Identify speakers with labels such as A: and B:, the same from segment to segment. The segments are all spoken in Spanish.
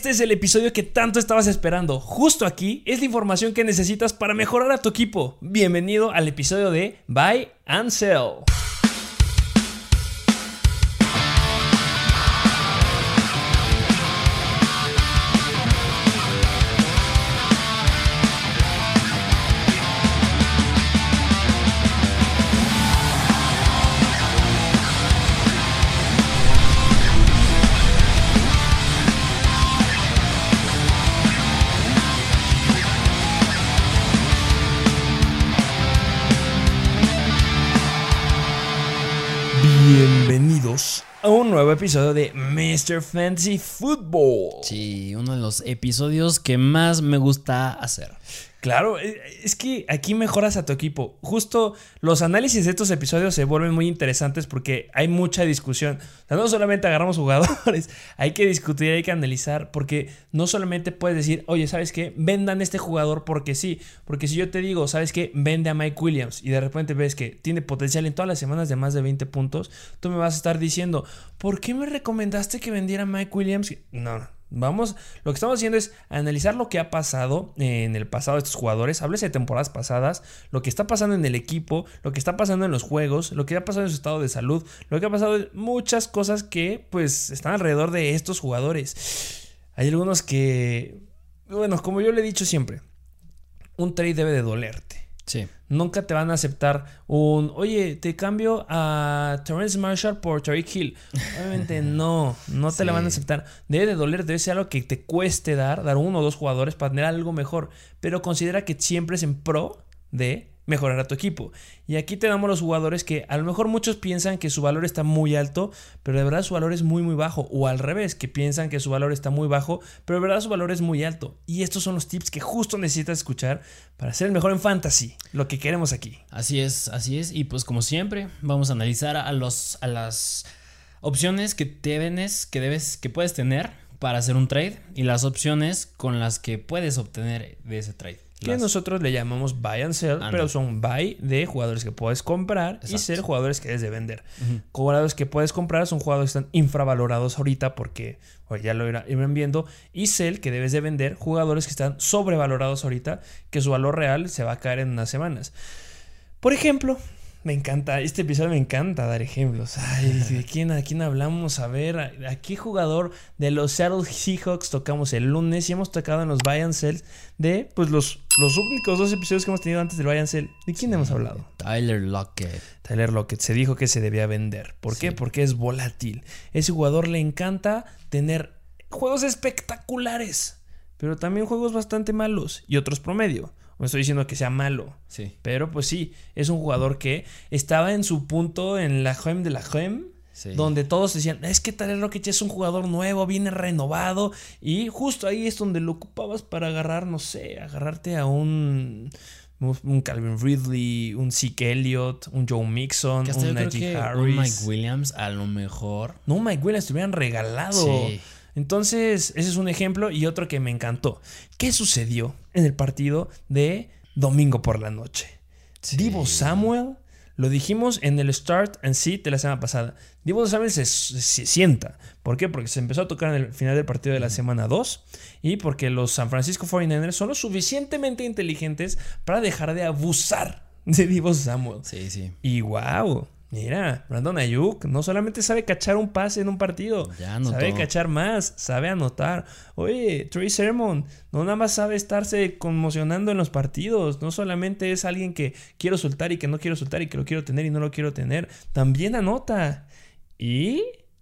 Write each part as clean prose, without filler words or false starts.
A: Este es el episodio que tanto estabas esperando. Justo aquí es la información que necesitas para mejorar a tu equipo. Bienvenido al episodio de Buy and Sell. Bienvenidos a un nuevo episodio de Mr. Fantasy Football.
B: Sí, uno de los episodios que más me gusta hacer.
A: Claro, es que aquí mejoras a tu equipo. Justo los análisis de estos episodios se vuelven muy interesantes porque hay mucha discusión. O sea, no solamente agarramos jugadores, hay que discutir, hay que analizar, porque no solamente puedes decir, oye, ¿sabes qué? Vendan este jugador porque sí. Porque si yo te digo, ¿sabes qué? Vende a Mike Williams y de repente ves que tiene potencial en todas las semanas de más de 20 puntos, tú me vas a estar diciendo, ¿por qué me recomendaste que vendiera a Mike Williams? No. Vamos, lo que estamos haciendo es analizar lo que ha pasado en el pasado de estos jugadores. Háblese de temporadas pasadas, lo que está pasando en el equipo, lo que está pasando en los juegos, lo que ha pasado en su estado de salud, lo que ha pasado en muchas cosas que pues están alrededor de estos jugadores. Hay algunos que, bueno, como yo le he dicho siempre, un trade debe de dolerte.
B: Sí.
A: Nunca te van a aceptar oye, te cambio a Terrence Marshall por Tyreek Hill. Obviamente no te la van a aceptar. Debe de doler, debe ser algo que te cueste dar uno o dos jugadores para tener algo mejor. Pero considera que siempre es en pro de mejorar a tu equipo. Y aquí te damos los jugadores que a lo mejor muchos piensan que su valor está muy alto, pero de verdad su valor es muy muy bajo. O al revés, que piensan que su valor está muy bajo, pero de verdad su valor es muy alto. Y estos son los tips que justo necesitas escuchar para ser el mejor en fantasy, lo que queremos aquí.
B: Así es. Y pues como siempre, vamos a analizar a las opciones que puedes tener para hacer un trade y las opciones con las que puedes obtener de ese trade.
A: Que nosotros le llamamos buy and sell, pero son buy de jugadores que puedes comprar. Exacto. Y sell jugadores que debes de vender. Jugadores que puedes comprar son jugadores que están infravalorados ahorita porque ya lo irán viendo. Y sell que debes de vender jugadores que están sobrevalorados ahorita, que su valor real se va a caer en unas semanas. Por ejemplo, este episodio me encanta dar ejemplos. Ay, ¿de quién hablamos? A ver, ¿a qué jugador de los Seattle Seahawks tocamos el lunes? Y hemos tocado en los buy and sell de pues los únicos dos episodios que hemos tenido antes del buy and sell. ¿De quién hemos hablado?
B: Tyler Lockett. Se dijo que se debía vender. ¿Por qué? Porque es volátil. Ese jugador le encanta tener juegos espectaculares, pero también juegos bastante malos y otros promedio. No estoy diciendo que sea malo, sí.
A: Pero pues sí, es un jugador que estaba en su punto en la gem de la gem, sí. Donde todos decían, es que Tyler Lockett es un jugador nuevo, viene renovado, y justo ahí es donde lo ocupabas para agarrarte a un Calvin Ridley, un Zeke Elliott, un Joe Mixon, un Najee Harris.
B: Un Mike Williams a lo mejor.
A: No, Mike Williams te hubieran regalado.
B: Sí.
A: Entonces, ese es un ejemplo y otro que me encantó. ¿Qué sucedió en el partido de domingo por la noche? Sí. Deebo Samuel, lo dijimos en el Start and Sit de la semana pasada. Deebo Samuel se sienta. ¿Por qué? Porque se empezó a tocar en el final del partido de la semana 2 y porque los San Francisco 49ers son lo suficientemente inteligentes para dejar de abusar de Deebo Samuel.
B: Sí.
A: Y wow. Mira, Brandon Ayuk no solamente sabe cachar un pase en un partido, sabe cachar más, sabe anotar. Oye, Trey Sermon no nada más sabe estarse conmocionando en los partidos, no solamente es alguien que quiero soltar y que no quiero soltar y que lo quiero tener y no lo quiero tener, también anota. Y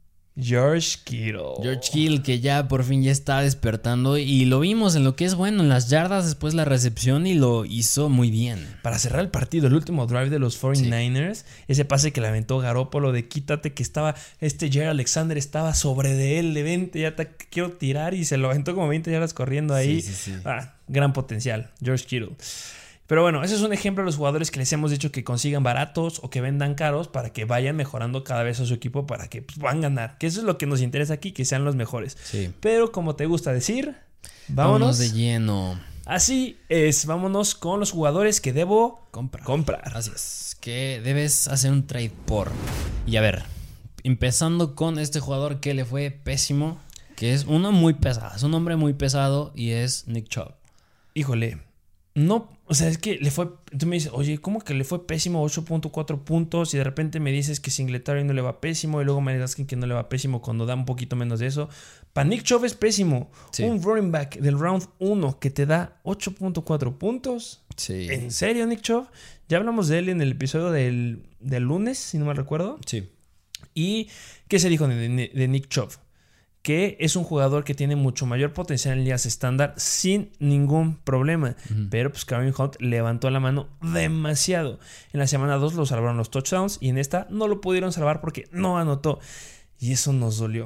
A: George Kittle,
B: que ya por fin ya está despertando y lo vimos en lo que es bueno, en las yardas después la recepción y lo hizo muy bien.
A: Para cerrar el partido, el último drive de los 49ers, ese pase que le aventó Garoppolo de quítate, que estaba Jair Alexander estaba sobre de él, de 20, ya te quiero tirar y se lo aventó como 20 yardas corriendo ahí.
B: Sí.
A: Gran potencial, George Kittle. Pero bueno, ese es un ejemplo de los jugadores que les hemos dicho que consigan baratos o que vendan caros para que vayan mejorando cada vez a su equipo para que puedan ganar. Que eso es lo que nos interesa aquí, que sean los mejores.
B: Sí.
A: Pero como te gusta decir, vámonos
B: de lleno.
A: Así es, vámonos con los jugadores que debo comprar.
B: Así es, que debes hacer un trade por. Y a ver, empezando con este jugador que le fue pésimo,
C: Que es uno muy pesado. Es un hombre muy pesado y es Nick Chubb.
A: Híjole. No, o sea, es que le fue... Tú me dices, oye, ¿cómo que le fue pésimo 8.4 puntos? Y de repente me dices que Singletary no le va pésimo. Y luego me digas que no le va pésimo cuando da un poquito menos de eso. Para Nick Chubb es pésimo. Sí. Un running back del round 1 que te da 8.4 puntos.
C: Sí.
A: ¿En serio, Nick Chubb? Ya hablamos de él en el episodio del lunes, si no mal recuerdo.
C: Sí.
A: ¿Y qué se dijo de Nick Chubb? Que es un jugador que tiene mucho mayor potencial en ligas estándar sin ningún problema. Pero pues Kareem Hunt levantó la mano demasiado. En la semana 2 lo salvaron los touchdowns y en esta no lo pudieron salvar porque no anotó. Y eso nos dolió.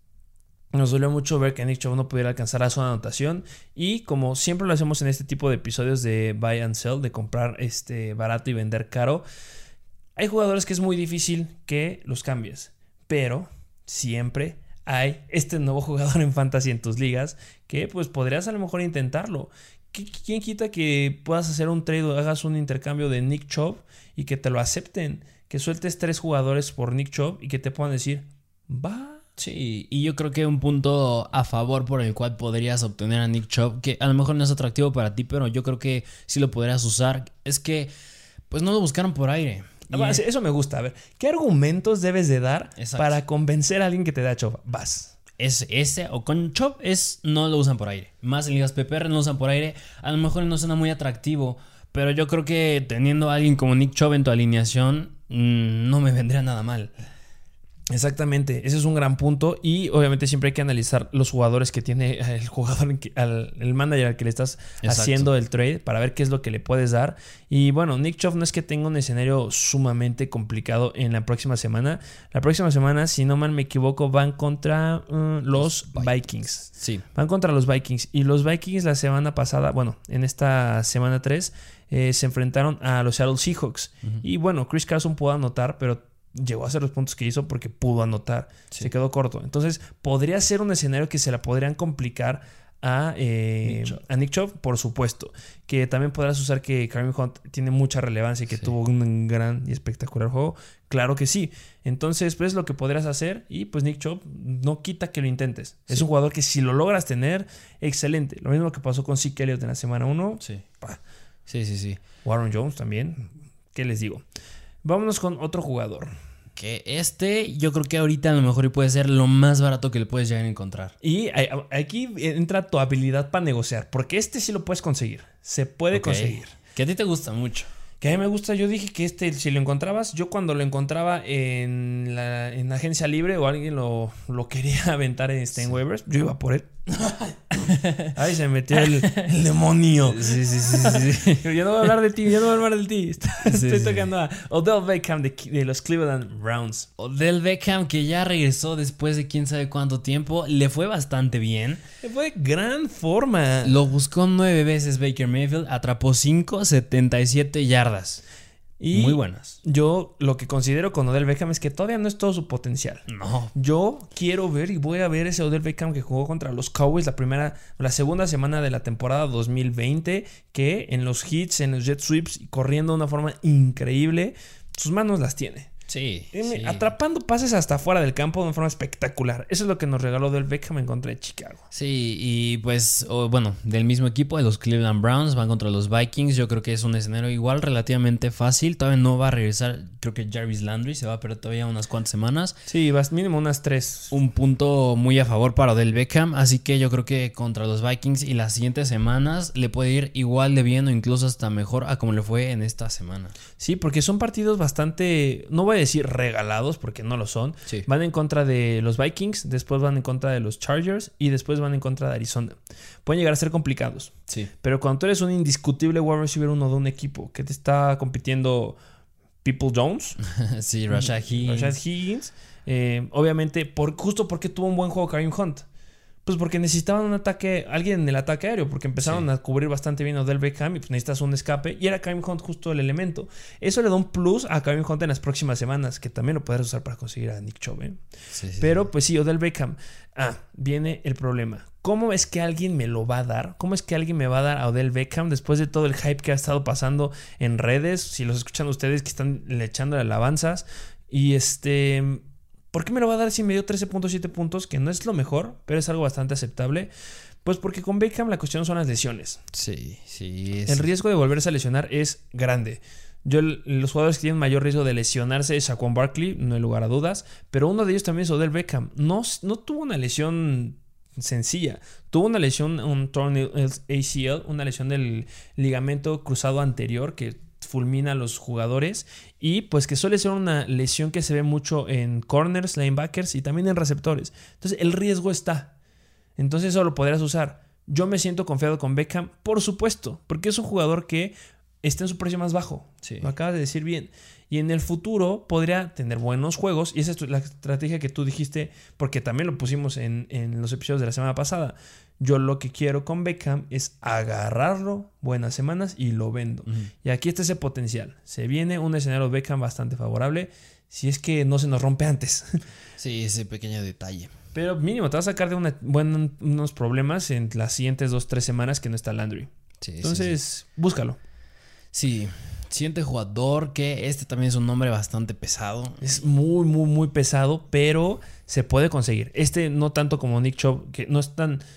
A: Nos dolió mucho ver que Nick Chubb no pudiera alcanzar a su anotación. Y como siempre lo hacemos en este tipo de episodios de buy and sell, de comprar barato y vender caro, hay jugadores que es muy difícil que los cambies. Pero siempre hay este nuevo jugador en fantasy en tus ligas que pues podrías a lo mejor intentarlo. ¿Quién quita que puedas hacer un trade o hagas un intercambio de Nick Chubb y que te lo acepten? Que sueltes 3 jugadores por Nick Chubb y que te puedan decir, va.
C: Sí, y yo creo que un punto a favor por el cual podrías obtener a Nick Chubb, que a lo mejor no es atractivo para ti, pero yo creo que sí lo podrías usar, es que pues no lo buscaron por aire.
A: Eso me gusta. A ver, ¿qué argumentos debes de dar para convencer a alguien que te da Chubb? Vas.
C: Ese o con Chubb no lo usan por aire. Más en ligas PPR no lo usan por aire. A lo mejor no suena muy atractivo, pero yo creo que teniendo a alguien como Nick Chubb en tu alineación no me vendría nada mal.
A: Exactamente, ese es un gran punto y obviamente siempre hay que analizar los jugadores que tiene el jugador, el manager al que le estás haciendo el trade para ver qué es lo que le puedes dar. Y bueno, Nick Chubb no es que tenga un escenario sumamente complicado en la próxima semana. La próxima semana, si no mal me equivoco, van contra los Vikings.
C: Sí.
A: Van contra los Vikings y los Vikings la semana pasada, bueno, en esta semana 3 se enfrentaron a los Seattle Seahawks. Y bueno, Chris Carson pudo anotar, pero llegó a hacer los puntos que hizo porque pudo anotar. Sí. Se quedó corto. Entonces, podría ser un escenario que se la podrían complicar a Nick Chubb, por supuesto. Que también podrás usar que Kareem Hunt tiene mucha relevancia y que tuvo un gran y espectacular juego. Claro que sí. Entonces, pues lo que podrías hacer. Y pues Nick Chubb no quita que lo intentes. Sí. Es un jugador que si lo logras tener, excelente. Lo mismo que pasó con Zeke Elliott en la semana 1.
C: Sí. Sí.
A: Warren Jones también. ¿Qué les digo? Vámonos con otro jugador.
C: Que yo creo que ahorita a lo mejor puede ser lo más barato que le puedes llegar a encontrar.
A: Y aquí entra tu habilidad para negociar. Porque sí lo puedes conseguir. Se puede conseguir.
C: Que a ti te gusta mucho.
A: Que a mí me gusta. Yo dije que si lo encontrabas, yo cuando lo encontraba en agencia libre o alguien lo quería aventar en waivers, yo iba por él. Ay, se metió el demonio.
C: Sí.
A: Yo no voy a hablar de ti, Estoy tocando a Odell Beckham de los Cleveland Browns.
C: Odell Beckham, que ya regresó después de quién sabe cuánto tiempo. Le fue bastante bien.
A: Le fue de gran forma.
C: Lo buscó 9 veces Baker Mayfield. Atrapó 5, 77 yardas. Y muy buenas.
A: Yo lo que considero con Odell Beckham es que todavía no es todo su potencial.
C: No.
A: Yo quiero ver y voy a ver ese Odell Beckham que jugó contra los Cowboys la segunda semana de la temporada 2020, que en los hits, en los jet sweeps, corriendo de una forma increíble, sus manos las tiene.
C: Sí.
A: Atrapando pases hasta fuera del campo de una forma espectacular. Eso es lo que nos regaló Odell Beckham en contra de Chicago.
C: Sí, y pues, del mismo equipo de los Cleveland Browns van contra los Vikings. Yo creo que es un escenario igual relativamente fácil. Todavía no va a regresar. Creo que Jarvis Landry se va a perder todavía unas cuantas semanas.
A: Sí, mínimo unas 3.
C: Un punto muy a favor para Odell Beckham. Así que yo creo que contra los Vikings y las siguientes semanas le puede ir igual de bien o incluso hasta mejor a como le fue en esta semana.
A: Sí, porque son partidos bastante, no voy a decir regalados porque no lo son.
C: Sí.
A: Van en contra de los Vikings, después van en contra de los Chargers y después van en contra de Arizona. Pueden llegar a ser complicados.
C: Sí.
A: Pero cuando tú eres un indiscutible wide receiver uno de un equipo que te está compitiendo People Jones.
C: Sí, Rashad
A: Higgins. Obviamente, justo porque tuvo un buen juego Kareem Hunt. Pues porque necesitaban alguien en el ataque aéreo, porque empezaron a cubrir bastante bien a Odell Beckham y pues necesitas un escape. Y era Kareem Hunt justo el elemento. Eso le da un plus a Kareem Hunt en las próximas semanas, que también lo podrás usar para conseguir a Nick Chubb.
C: Sí.
A: Pero pues sí, Odell Beckham. Viene el problema. ¿Cómo es que alguien me lo va a dar? ¿Cómo es que alguien me va a dar a Odell Beckham después de todo el hype que ha estado pasando en redes? Si los escuchan ustedes que están echándole alabanzas. Y ¿Por qué me lo va a dar si me dio 13.7 puntos? Que no es lo mejor, pero es algo bastante aceptable. Pues porque con Beckham la cuestión son las lesiones.
C: Sí.
A: El riesgo de volverse a lesionar es grande. Los jugadores que tienen mayor riesgo de lesionarse es Saquon Barkley, no hay lugar a dudas. Pero uno de ellos también es Odell Beckham. No tuvo una lesión sencilla. Tuvo una lesión, un torn ACL, una lesión del ligamento cruzado anterior que fulmina a los jugadores y pues que suele ser una lesión que se ve mucho en corners, linebackers y también en receptores. Entonces el riesgo está. Entonces eso lo podrás usar. Yo me siento confiado con Beckham, por supuesto, porque es un jugador que está en su precio más bajo.
C: Sí.
A: Lo acabas de decir bien. Y en el futuro podría tener buenos juegos. Y esa es la estrategia que tú dijiste, porque también lo pusimos en los episodios de la semana pasada. Yo lo que quiero con Beckham es agarrarlo buenas semanas y lo vendo. Y aquí está ese potencial. Se viene un escenario Beckham bastante favorable, si es que no se nos rompe antes.
C: Sí, ese pequeño detalle.
A: Pero mínimo te vas a sacar de unos problemas en las siguientes 2-3 semanas que no está Landry.
C: Sí,
A: entonces, búscalo.
C: Sí, siguiente jugador, que este también es un nombre bastante pesado.
A: Es muy, muy, muy pesado, pero se puede conseguir. No tanto como Nick Chubb, que no es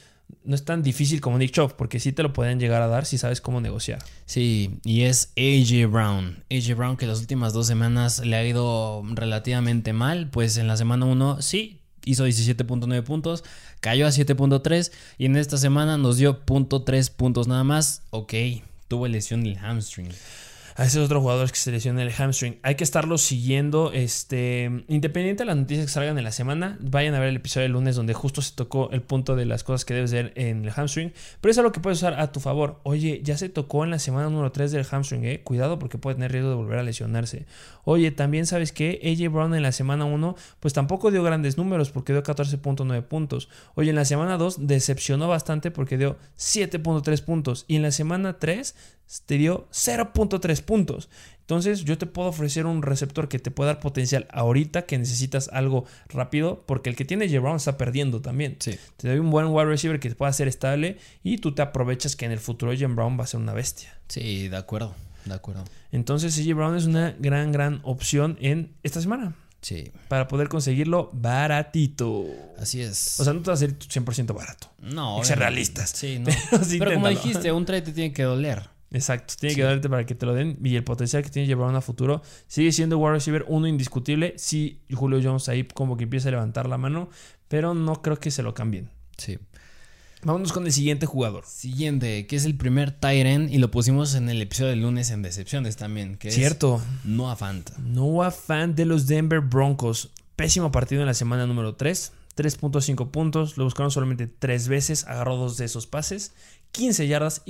A: tan difícil como Nick Chubb, porque sí te lo pueden llegar a dar si sabes cómo negociar.
C: Sí, y es AJ Brown. AJ Brown, que las últimas 2 semanas le ha ido relativamente mal. Pues en la semana 1 sí hizo 17.9 puntos, cayó a 7.3 y en esta semana nos dio 0.3 puntos nada más. Ok, tuvo lesión del hamstring.
A: A esos otros jugadores que se lesionan el hamstring, hay que estarlos siguiendo. Independiente de las noticias que salgan en la semana, vayan a ver el episodio del lunes donde justo se tocó el punto de las cosas que debes ver en el hamstring. Pero es algo que puedes usar a tu favor. Oye, ya se tocó en la semana número 3 del hamstring, cuidado porque puede tener riesgo de volver a lesionarse. Oye, también sabes que AJ Brown en la semana 1 pues tampoco dio grandes números porque dio 14.9 puntos. Oye, en la semana 2 decepcionó bastante porque dio 7.3 puntos. Y en la semana 3 te dio 0.3 puntos. Entonces yo te puedo ofrecer un receptor que te puede dar potencial ahorita que necesitas algo rápido, porque el que tiene J. Brown está perdiendo también.
C: Sí.
A: Te doy un buen wide receiver que pueda ser estable y tú te aprovechas que en el futuro J. Brown va a ser una bestia.
C: Sí, de acuerdo.
A: Entonces J. Brown es una gran opción en esta semana.
C: Sí.
A: Para poder conseguirlo baratito.
C: Así es.
A: O sea, no te va a salir 100% barato.
C: No.
A: Hay que ser realistas.
C: Sí, no.
A: Sí,
C: pero como
A: inténtalo.
C: dijiste, un trade te tiene que doler.
A: Exacto, tiene que darte para que te lo den. Y el potencial que tiene J. Brown a futuro sigue siendo wide receiver 1 indiscutible. Sí, Julio Jones ahí como que empieza a levantar la mano, pero no creo que se lo cambien.
C: Sí.
A: Vámonos con el siguiente jugador.
C: Siguiente, que es el primer tight end, y lo pusimos en el episodio del lunes en decepciones también, que
A: Cierto.
C: es Noah Fant.
A: Noah Fant de los Denver Broncos. Pésimo partido en la semana número 3. 3.5 puntos. Lo buscaron solamente 3 veces. Agarró 2 de esos pases. 15 yardas y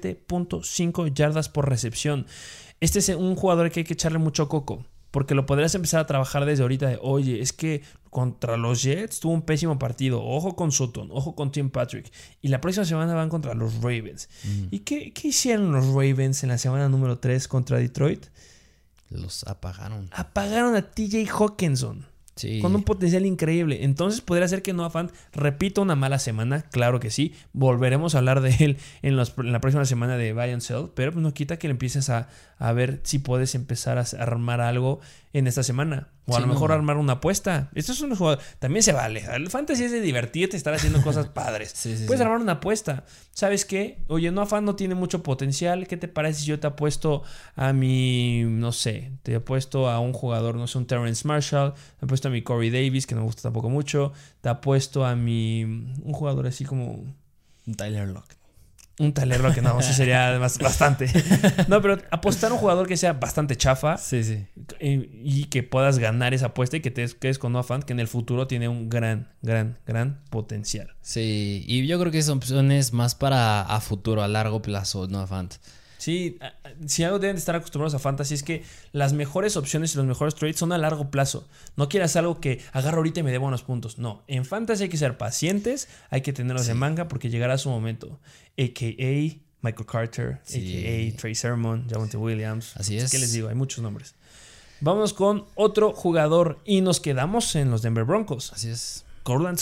A: 7.5 yardas por recepción. Este es un jugador que hay que echarle mucho coco, porque lo podrías empezar a trabajar desde ahorita de, oye, es que contra los Jets tuvo un pésimo partido. Ojo con Sutton, ojo con Tim Patrick. Y la próxima semana van contra los Ravens. ¿Y qué hicieron los Ravens en la semana número 3 contra Detroit?
C: Los apagaron.
A: Apagaron a TJ Hawkinson.
C: Sí.
A: Con un potencial increíble. Entonces podría ser que Noah Fant repita una mala semana. Claro que sí. Volveremos a hablar de él en la próxima semana de Buy and Sell. Pero no quita que le empieces a ver si puedes empezar a armar algo en esta semana. O a lo mejor armar una apuesta. Esto es un jugador. También se vale. El fantasy es de divertirte, estar haciendo cosas padres. Puedes armar una apuesta. ¿Sabes qué? Oye, Noah Fant no tiene mucho potencial. ¿Qué te parece si yo te apuesto a mi... no sé. Te apuesto a un jugador, no sé, un Terrence Marshall. Te apuesto a mi Corey Davis, que no me gusta tampoco mucho. Te apuesto a mi... un jugador así como...
C: Tyler Lockett.
A: Un talero que no, sí sería bastante. No, pero apostar a un jugador que sea bastante chafa.
C: Sí.
A: Y que puedas ganar esa apuesta y que te quedes con Noah Fant, que en el futuro tiene un gran potencial.
C: Sí, y yo creo que son opciones más para a futuro, a largo plazo, Noah Fant.
A: Sí, si algo deben de estar acostumbrados a Fantasy es que las mejores opciones y los mejores trades son a largo plazo. No quieras algo que agarro ahorita y me dé buenos puntos. No, en Fantasy hay que ser pacientes, hay que tenerlos en manga porque llegará su momento. A.K.A. Michael Carter, a.k.a. Trey Sermon, Javonte Williams.
C: Así es.
A: ¿Qué les digo? Hay muchos nombres. Vamos con otro jugador y nos quedamos en los Denver Broncos.
C: Así es.
A: Courtland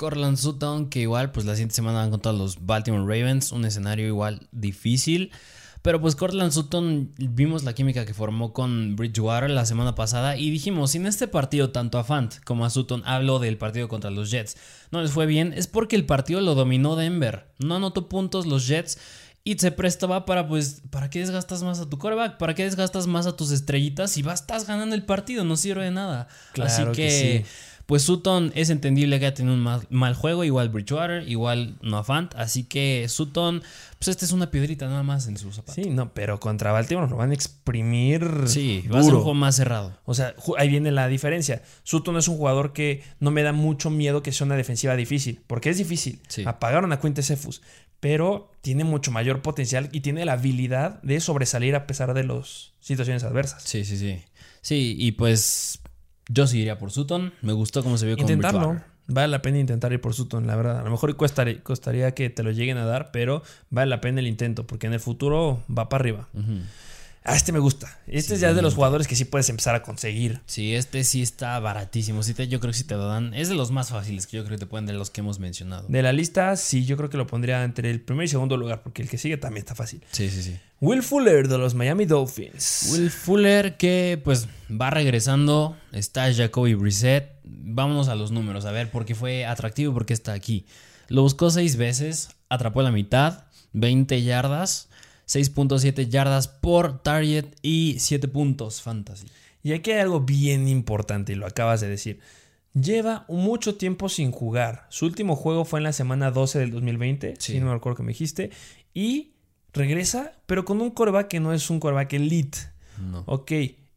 A: Sutton,
C: que igual pues la siguiente semana van contra los Baltimore Ravens. Un escenario igual difícil. Pero pues Courtland Sutton, vimos la química que formó con Bridgewater la semana pasada y dijimos, si en este partido tanto a Fant como a Sutton, hablo del partido contra los Jets, no les fue bien, es porque el partido lo dominó Denver. No anotó puntos los Jets y se prestaba para, pues, ¿para qué desgastas más a tu quarterback? ¿Para qué desgastas más a tus estrellitas? Si estás ganando el partido, no sirve de nada.
A: Claro.
C: Así que sí. Pues Sutton es entendible que ha tenido un mal juego, igual Bridgewater, igual Noah Fant. Así que Sutton, pues esta es una piedrita nada más en su zapato.
A: Sí, no, pero contra Baltimore lo van a exprimir.
C: Sí,
A: duro.
C: va a ser un juego más cerrado.
A: O sea, ahí viene la diferencia. Sutton es un jugador que no me da mucho miedo que sea una defensiva difícil, porque es difícil.
C: Sí.
A: Apagaron a Quintez Cephus, pero tiene mucho mayor potencial y tiene la habilidad de sobresalir a pesar de las situaciones adversas.
C: Sí. Sí, y pues yo sí iría por Sutton. Me gustó cómo se vio con
A: Intentarlo.
C: Bridgewater.
A: Vale la pena intentar ir por Sutton, la verdad. A lo mejor costaría que te lo lleguen a dar, pero vale la pena el intento, porque en el futuro va para arriba.
C: Uh-huh.
A: Este me gusta. Este es ya de los jugadores que sí puedes empezar a conseguir.
C: Sí, este sí está baratísimo. Yo creo que sí te lo dan. Es de los más fáciles que yo creo que te pueden de los que hemos mencionado.
A: De la lista, sí, yo creo que lo pondría entre el primer y segundo lugar, porque el que sigue también está fácil.
C: Sí.
A: Will Fuller de los Miami Dolphins.
C: Will Fuller que pues va regresando. Está Jacoby Brissett. Vámonos a los números, a ver por qué fue atractivo y por qué está aquí. Lo buscó 6 veces, atrapó la mitad, 20 yardas, 6.7 yardas por target y 7 puntos fantasy.
A: Y aquí hay algo bien importante y lo acabas de decir. Lleva mucho tiempo sin jugar. Su último juego fue en la semana 12 del 2020,
C: Sí.
A: si no me acuerdo que me dijiste. Y regresa, pero con un quarterback que no es un quarterback elite.
C: No.
A: Ok,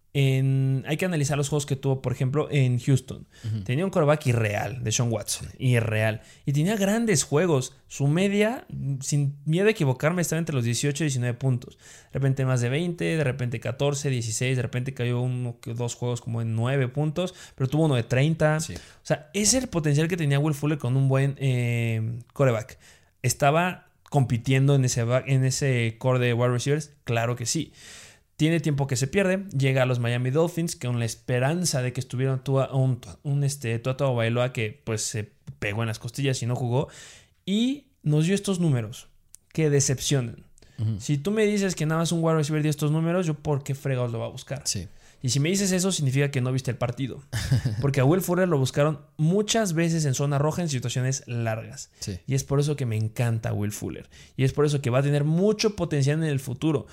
A: hay que analizar los juegos que tuvo, por ejemplo, en Houston.
C: Uh-huh.
A: Tenía un quarterback irreal, Deshaun Watson, irreal. Y tenía grandes juegos. Su media, sin miedo a equivocarme, estaba entre los 18 y 19 puntos. De repente más de 20, de repente 14, 16, de repente cayó 2 juegos como en 9 puntos, pero tuvo uno de 30.
C: Sí.
A: O sea, ese es el potencial que tenía Will Fuller con un buen quarterback. ¿Estaba compitiendo en ese core de wide receivers? Claro que sí. Tiene tiempo que se pierde, llega a los Miami Dolphins con la esperanza de que estuviera Tua Tagovailoa que pues se pegó en las costillas y no jugó, y nos dio estos números que decepcionan.
C: Uh-huh.
A: Si tú me dices que nada más un wide receiver dio estos números, yo ¿por qué fregados lo va a buscar?
C: Sí.
A: Y si me dices eso, significa que no viste el partido. Porque a Will Fuller lo buscaron muchas veces en zona roja en situaciones largas.
C: Sí.
A: Y es por eso que me encanta Will Fuller. Y es por eso que va a tener mucho potencial en el futuro.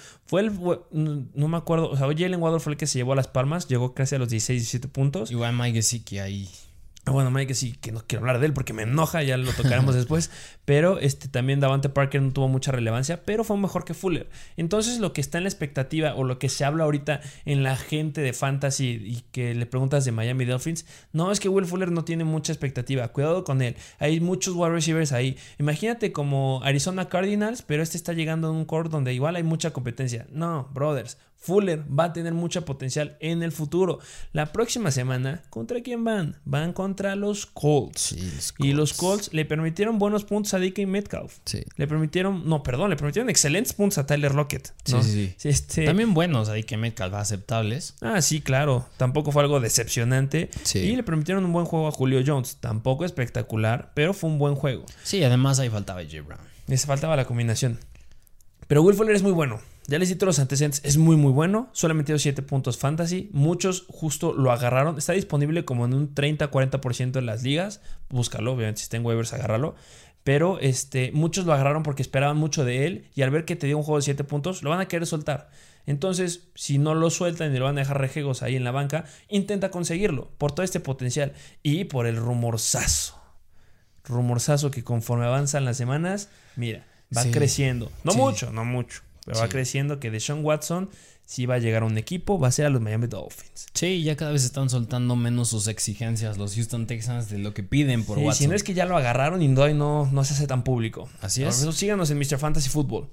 A: No me acuerdo, o sea, Jalen Waddle fue el que se llevó a las palmas. Llegó casi a los 16, 17 puntos.
C: Igual Mike Gesicki ahí.
A: Bueno, Mike, sí, que no quiero hablar de él porque me enoja, ya lo tocaremos después. Pero también Davante Parker no tuvo mucha relevancia, pero fue mejor que Fuller. Entonces, lo que está en la expectativa o lo que se habla ahorita en la gente de fantasy y que le preguntas de Miami Dolphins, no, es que Will Fuller no tiene mucha expectativa. Cuidado con él. Hay muchos wide receivers ahí. Imagínate como Arizona Cardinals, pero está llegando a un core donde igual hay mucha competencia. No, brothers. Fuller va a tener mucho potencial en el futuro. La próxima semana, ¿contra quién van? Van contra los Colts.
C: Sí, los Colts.
A: Y los Colts le permitieron buenos puntos a DK Metcalf.
C: Sí.
A: Le permitieron excelentes puntos a Tyler Lockett, ¿no?
C: Sí. También buenos, ahí que Metcalf aceptables.
A: Sí, claro. Tampoco fue algo decepcionante.
C: Sí.
A: Y le permitieron un buen juego a Julio Jones. Tampoco espectacular, pero fue un buen juego.
C: Sí, además ahí faltaba J. Brown.
A: Les faltaba la combinación. Pero Will Fuller es muy bueno. Ya les cito los antecedentes. Es muy, muy bueno. Solamente dio 7 puntos fantasy. Muchos justo lo agarraron. Está disponible como en un 30-40% de las ligas. Búscalo. Obviamente, si está en waivers, agárralo. Pero muchos lo agarraron porque esperaban mucho de él. Y al ver que te dio un juego de 7 puntos, lo van a querer soltar. Entonces, si no lo sueltan y lo van a dejar rejegos ahí en la banca, intenta conseguirlo. Por todo este potencial. Y por el rumorzazo. Rumorzazo que conforme avanzan las semanas, mira, va creciendo. No mucho. Pero va creciendo que Deshaun Watson sí va a llegar a un equipo, va a ser a los Miami Dolphins.
C: Sí, ya cada vez están soltando menos sus exigencias los Houston Texans de lo que piden por Watson.
A: Si no es que ya lo agarraron y no se hace tan público.
C: Así es.
A: Por eso síganos en Mr. Fantasy Football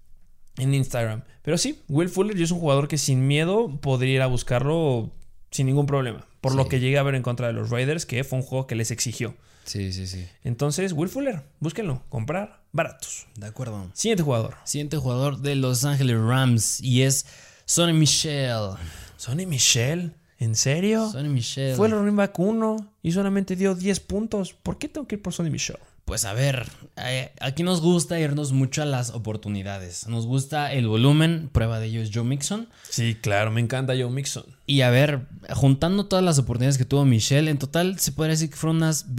A: en Instagram. Pero sí, Will Fuller yo es un jugador que sin miedo podría ir a buscarlo sin ningún problema. Por lo que llegué a ver en contra de los Raiders, que fue un juego que les exigió.
C: Sí.
A: Entonces, Will Fuller, búsquenlo, comprar baratos.
C: De acuerdo.
A: Siguiente jugador
C: de Los Ángeles Rams y es Sonny Michel.
A: ¿Sonny Michel? ¿En serio?
C: Sonny Michel.
A: Fue el running back 1 y solamente dio 10 puntos. ¿Por qué tengo que ir por Sonny Michel?
C: Pues a ver, aquí nos gusta irnos mucho a las oportunidades. Nos gusta el volumen, prueba de ello es Joe Mixon.
A: Sí, claro, me encanta Joe Mixon.
C: Y a ver, juntando todas las oportunidades que tuvo Michel, en total se podría decir que fueron unas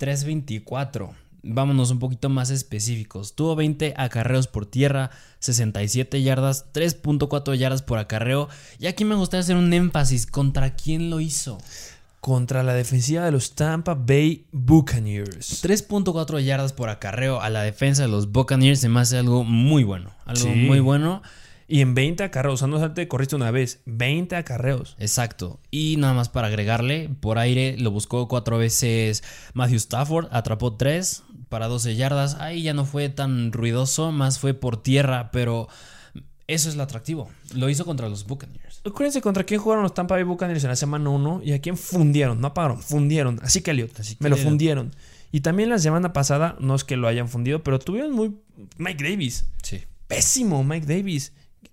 C: 23-24. Vámonos un poquito más específicos. Tuvo 20 acarreos por tierra, 67 yardas, 3.4 yardas por acarreo. Y aquí me gustaría hacer un énfasis. ¿Contra quién lo hizo?
A: Contra la defensiva de los Tampa Bay Buccaneers.
C: 3.4 yardas por acarreo a la defensa de los Buccaneers se me hace algo muy bueno. Algo
A: Sí.
C: muy bueno.
A: Y en 20 acarreos, o sea, no solamente corriste una vez, 20 acarreos.
C: Exacto. Y nada más para agregarle, por aire lo buscó 4 veces Matthew Stafford, atrapó 3 para 12 yardas. Ahí ya no fue tan ruidoso, más fue por tierra, pero eso es lo atractivo. Lo hizo contra los Buccaneers.
A: Acuérdense contra quién jugaron los Tampa Bay Buccaneers en la semana 1 y a quién fundieron, no apagaron, fundieron. Así que Elliot, me lo fundieron. Y también la semana pasada, no es que lo hayan fundido, pero tuvieron muy... Mike Davis.
C: Sí.
A: Pésimo Mike Davis.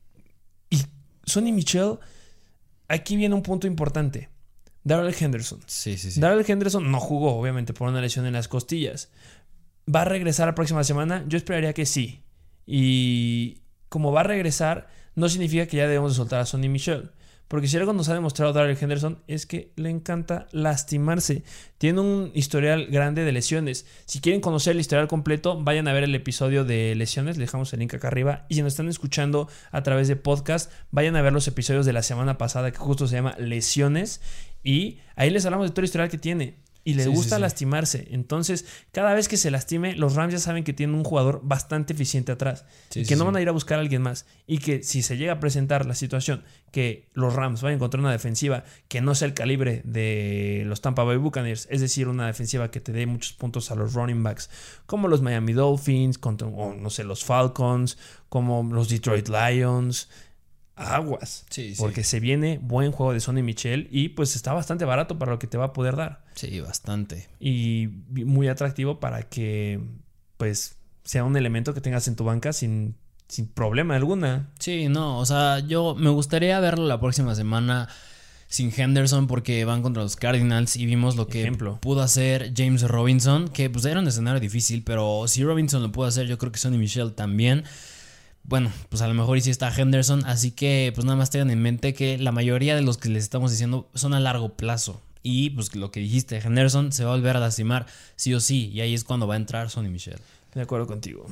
A: Y Sonny Michel, aquí viene un punto importante. Darrell Henderson.
C: Sí.
A: Darrell Henderson no jugó, obviamente, por una lesión en las costillas. ¿Va a regresar la próxima semana? Yo esperaría que sí. Y como va a regresar, no significa que ya debemos de soltar a Sonny Michel. Porque si algo nos ha demostrado Darrell Henderson es que le encanta lastimarse. Tiene un historial grande de lesiones. Si quieren conocer el historial completo, vayan a ver el episodio de lesiones. Le dejamos el link acá arriba. Y si nos están escuchando a través de podcast, vayan a ver los episodios de la semana pasada que justo se llama Lesiones. Y ahí les hablamos de todo el historial que tiene. Y le gusta lastimarse. Entonces, cada vez que se lastime, los Rams ya saben que tienen un jugador bastante eficiente atrás. Y que no van a ir a buscar a alguien más. Y que si se llega a presentar la situación que los Rams van a encontrar una defensiva que no sea el calibre de los Tampa Bay Buccaneers, es decir, una defensiva que te dé muchos puntos a los running backs, como los Miami Dolphins, o no sé, los Falcons, como los Detroit Lions... Aguas, porque se viene buen juego de Sonny Michel y pues está bastante barato para lo que te va a poder dar.
C: Sí, bastante.
A: Y muy atractivo para que pues sea un elemento que tengas en tu banca sin problema alguna.
C: Sí, no, o sea, yo me gustaría verlo la próxima semana sin Henderson porque van contra los Cardinals y vimos lo que pudo hacer James Robinson, que pues era un escenario difícil, pero si Robinson lo pudo hacer, yo creo que Sonny Michel también. Bueno, pues a lo mejor y sí está Henderson, así que pues nada más tengan en mente que la mayoría de los que les estamos diciendo son a largo plazo. Y pues lo que dijiste, Henderson se va a volver a lastimar sí o sí, y ahí es cuando va a entrar Sonny Michel.
A: De acuerdo contigo.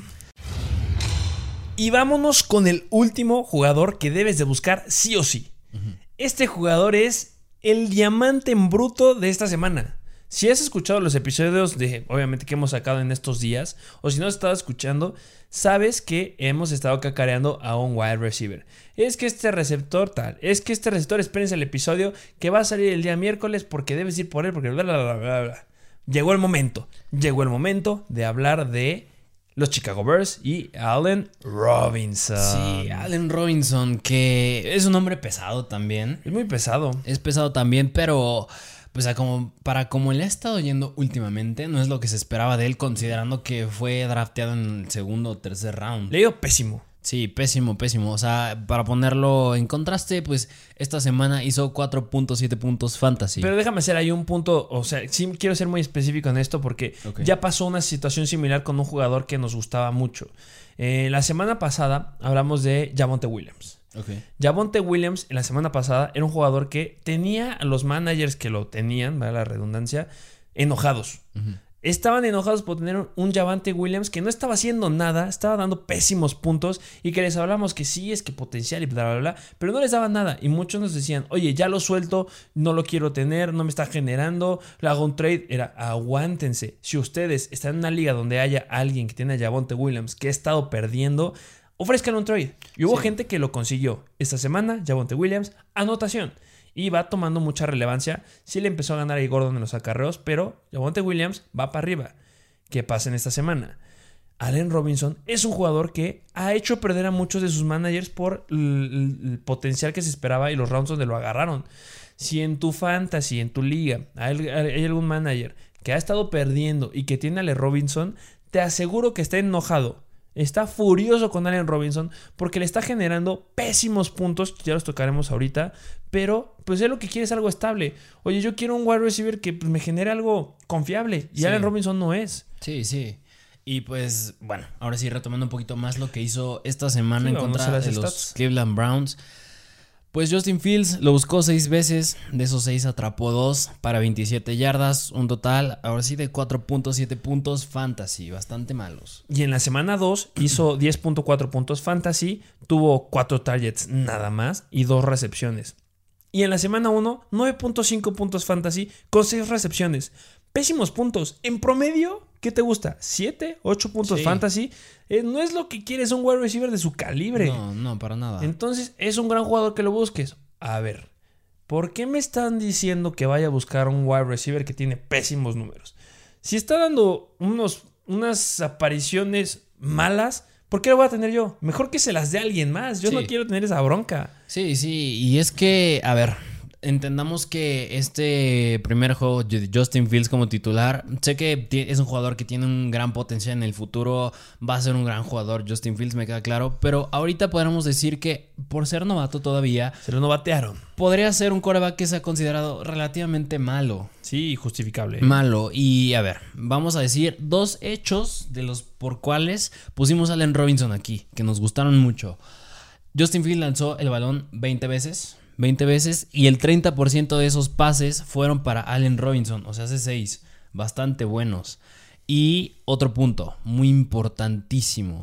A: Y vámonos con el último jugador que debes de buscar sí o sí. Este jugador es el diamante en bruto de esta semana. Si has escuchado los episodios de, obviamente, que hemos sacado en estos días, o si no has estado escuchando, sabes que hemos estado cacareando a un wide receiver. Es que este receptor tal, es que este receptor, espérense el episodio que va a salir el día miércoles porque debes ir por él, porque bla, bla, bla, bla, bla. Llegó el momento de hablar de los Chicago Bears y Allen Robinson.
C: Sí, Allen Robinson, que es un hombre pesado también.
A: Es muy pesado.
C: Es pesado también, pero... Pues como le ha estado yendo últimamente, no es lo que se esperaba de él, considerando que fue drafteado en el segundo o tercer round.
A: Le ha ido pésimo.
C: Sí, pésimo. O sea, para ponerlo en contraste, pues esta semana hizo 4.7 puntos fantasy.
A: Pero déjame hacer ahí un punto, o sea, sí quiero ser muy específico en esto porque ya pasó una situación similar con un jugador que nos gustaba mucho. La semana pasada hablamos de Javonte Williams. Javonte Williams en la semana pasada era un jugador que tenía a los managers que lo tenían, vale la redundancia, enojados. Estaban enojados por tener un Javonte Williams que no estaba haciendo nada, estaba dando pésimos puntos y que les hablamos que sí, es que potencial y bla, bla, bla, pero no les daba nada. Y muchos nos decían, oye, ya lo suelto, no lo quiero tener, no me está generando, le hago un trade. Era, aguántense. Si ustedes están en una liga donde haya alguien que tiene a Javonte Williams que ha estado perdiendo, ofrezcan un trade. Y hubo gente que lo consiguió. Esta semana, Javonte Williams, anotación. Y va tomando mucha relevancia. Sí le empezó a ganar a Gordon en los acarreos, pero Javonte Williams va para arriba. ¿Qué pasa en esta semana? Allen Robinson es un jugador que ha hecho perder a muchos de sus managers por el potencial que se esperaba y los rounds donde lo agarraron. Si en tu fantasy, en tu liga, hay algún manager que ha estado perdiendo y que tiene a Allen Robinson, te aseguro que está enojado. Está furioso con Allen Robinson porque le está generando pésimos puntos, ya los tocaremos ahorita, pero pues él lo que quiere es algo estable. Oye, yo quiero un wide receiver que pues, me genere algo confiable y Allen Robinson no es.
C: Sí. Y pues, bueno, ahora sí, retomando un poquito más lo que hizo esta semana
A: Sí,
C: en
A: vamos
C: contra
A: a las
C: de los
A: stats.
C: Cleveland Browns. Pues Justin Fields lo buscó 6 veces, de esos 6 atrapó 2 para 27 yardas, un total, ahora sí, de 4.7 puntos fantasy, bastante malos.
A: Y en la semana 2 hizo 10.4 puntos fantasy, tuvo 4 targets nada más y 2 recepciones. Y en la semana 1, 9.5 puntos fantasy con 6 recepciones. Pésimos puntos. En promedio, ¿qué te gusta? ¿7? ¿8 puntos
C: Sí.
A: fantasy? No es lo que quieres un wide receiver de su calibre.
C: No, para nada.
A: Entonces, es un gran jugador que lo busques. A ver, ¿por qué me están diciendo que vaya a buscar un wide receiver que tiene pésimos números? Si está dando unas apariciones malas, ¿por qué lo voy a tener yo? Mejor que se las dé a alguien más. Yo
C: Sí.
A: no quiero tener esa bronca.
C: Sí, y es que, a ver, entendamos que este primer juego de Justin Fields como titular, sé que es un jugador que tiene un gran potencial en el futuro, va a ser un gran jugador Justin Fields, me queda claro, pero ahorita podríamos decir que por ser novato todavía,
A: Se lo novatearon.
C: podría ser un quarterback que se ha considerado relativamente malo.
A: Sí, justificable.
C: Malo. Y a ver, vamos a decir 2 hechos de los por cuales pusimos a Allen Robinson aquí, que nos gustaron mucho. Justin Fields lanzó el balón 20 veces y el 30% de esos pases fueron para Allen Robinson, o sea, hace 6, bastante buenos. Y otro punto, importantísimo.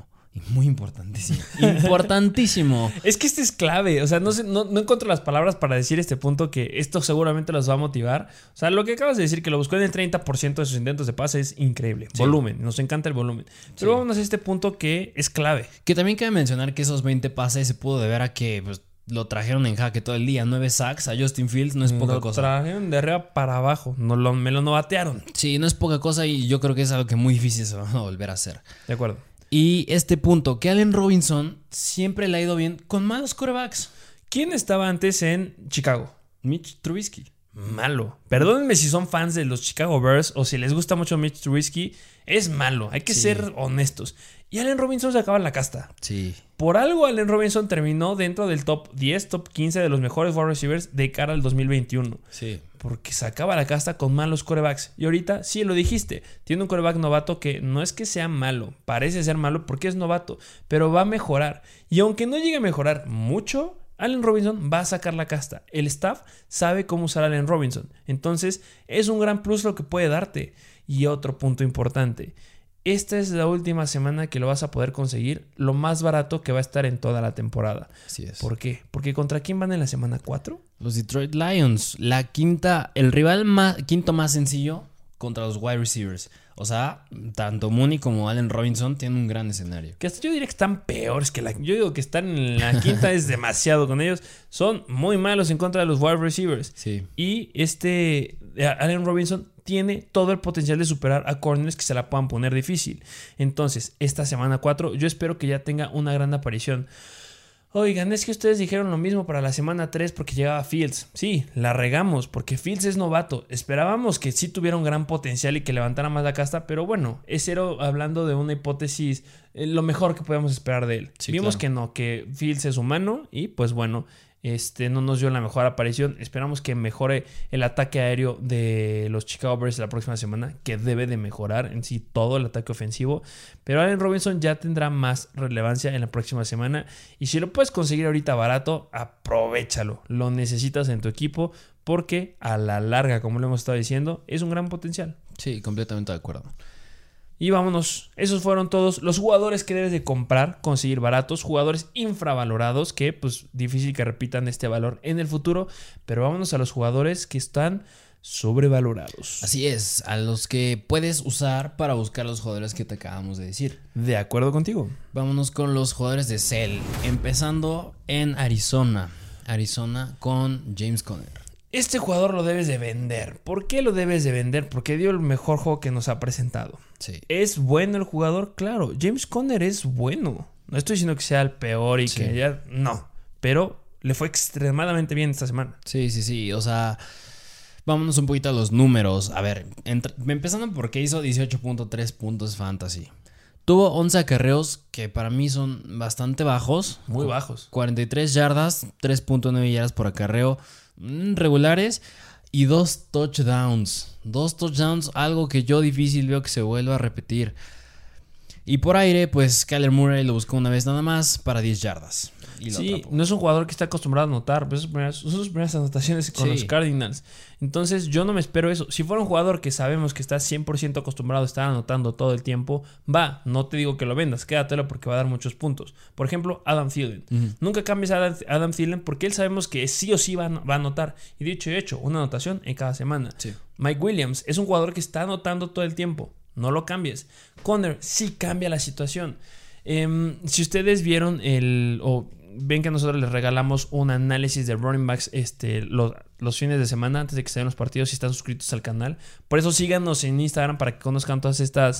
A: Es que este es clave. O sea, no encuentro las palabras para decir este punto que esto seguramente los va a motivar. O sea, lo que acabas de decir, que lo buscó en el 30% de sus intentos de pase, es increíble.
C: Sí.
A: Volumen, nos encanta el volumen. Pero vámonos a este punto que es clave.
C: Que también cabe mencionar que esos 20 pases se pudo deber a que pues, lo trajeron en jaque todo el día. 9 sacks a Justin Fields no es poca
A: Lo
C: cosa.
A: trajeron de arriba para abajo. Me lo novatearon.
C: Sí, no es poca cosa y yo creo que es algo que muy difícil se va a volver a hacer.
A: De acuerdo.
C: Y este punto, que Allen Robinson siempre le ha ido bien con malos quarterbacks.
A: ¿Quién estaba antes en Chicago?
C: Mitch Trubisky.
A: Malo. Perdónenme si son fans de los Chicago Bears o si les gusta mucho Mitch Trubisky. Es malo. Hay que ser honestos. Y Allen Robinson se acaba en la casta.
C: Sí.
A: Por algo Allen Robinson terminó dentro del top 10, top 15 de los mejores wide receivers de cara al 2021.
C: Sí.
A: Porque sacaba la casta con malos quarterbacks. Y ahorita, sí lo dijiste, tiene un quarterback novato que no es que sea malo, parece ser malo porque es novato, pero va a mejorar. Y aunque no llegue a mejorar mucho, Allen Robinson va a sacar la casta. El staff sabe cómo usar a Allen Robinson. Entonces, es un gran plus lo que puede darte. Y otro punto importante. Esta es la última semana que lo vas a poder conseguir lo más barato que va a estar en toda la temporada.
C: Así es.
A: ¿Por qué? Porque ¿contra quién van en la semana 4?
C: Los Detroit Lions, el rival quinto más sencillo contra los wide receivers. O sea, tanto Mooney como Allen Robinson tienen un gran escenario.
A: Que hasta yo diría que están peores que yo digo que están en la quinta es demasiado con ellos. Son muy malos en contra de los wide receivers.
C: Sí.
A: Y Allen Robinson tiene todo el potencial de superar a corners que se la puedan poner difícil. Entonces, esta semana 4 yo espero que ya tenga una gran aparición. Oigan, es que ustedes dijeron lo mismo para la semana 3 porque llegaba Fields. Sí, la regamos porque Fields es novato. Esperábamos que sí tuviera un gran potencial y que levantara más la casta, pero bueno, es hablando de una hipótesis, lo mejor que podíamos esperar de él.
C: Sí,
A: Vimos
C: claro.
A: que no, que Fields es humano y pues bueno, no nos dio la mejor aparición. Esperamos que mejore el ataque aéreo de los Chicago Bears la próxima semana, que debe de mejorar en sí todo el ataque ofensivo. Pero Allen Robinson ya tendrá más relevancia en la próxima semana. Y si lo puedes conseguir ahorita barato, aprovéchalo. Lo necesitas en tu equipo porque a la larga, como lo hemos estado diciendo, es un gran potencial.
C: Sí, completamente de acuerdo.
A: Y vámonos, esos fueron todos los jugadores que debes de comprar, conseguir baratos, jugadores infravalorados que pues difícil que repitan este valor en el futuro, pero vámonos a los jugadores que están sobrevalorados.
C: Así es, a los que puedes usar para buscar los jugadores que te acabamos de decir.
A: De acuerdo contigo.
C: Vámonos con los jugadores de Cell, empezando en Arizona con James Conner.
A: Este jugador lo debes de vender. ¿Por qué lo debes de vender? Porque dio el mejor juego que nos ha presentado.
C: Sí.
A: ¿Es bueno el jugador? Claro, James Conner es bueno. No estoy diciendo que sea el peor y
C: Sí.
A: que ya... No, pero le fue extremadamente bien esta semana.
C: Sí, o sea, vámonos un poquito a los números. A ver, empezando porque hizo 18.3 puntos fantasy. Tuvo 11 acarreos que para mí son bastante bajos.
A: Muy bajos.
C: 43 yardas, 3.9 yardas por acarreo, regulares. Y 2 touchdowns. 2 touchdowns, algo que yo difícil veo que se vuelva a repetir. Y por aire, pues Kyler Murray lo buscó una vez nada más para 10 yardas. Y lo
A: sí,
C: atrapó.
A: no es un jugador que está acostumbrado a anotar, pero son sus primeras anotaciones con los Cardinals. Entonces yo no me espero eso. Si fuera un jugador que sabemos que está 100% acostumbrado a estar anotando todo el tiempo, no te digo que lo vendas, quédatelo porque va a dar muchos puntos. Por ejemplo, Adam Thielen. Nunca cambies a Adam Thielen porque él sabemos que sí o sí va a anotar. Y dicho y hecho, una anotación en cada semana.
C: Sí.
A: Mike Williams es un jugador que está anotando todo el tiempo. No lo cambies. Conner sí cambia la situación. Si ustedes vieron ven que nosotros les regalamos un análisis de running backs los fines de semana antes de que se den los partidos, si están suscritos al canal. Por eso síganos en Instagram para que conozcan todas estas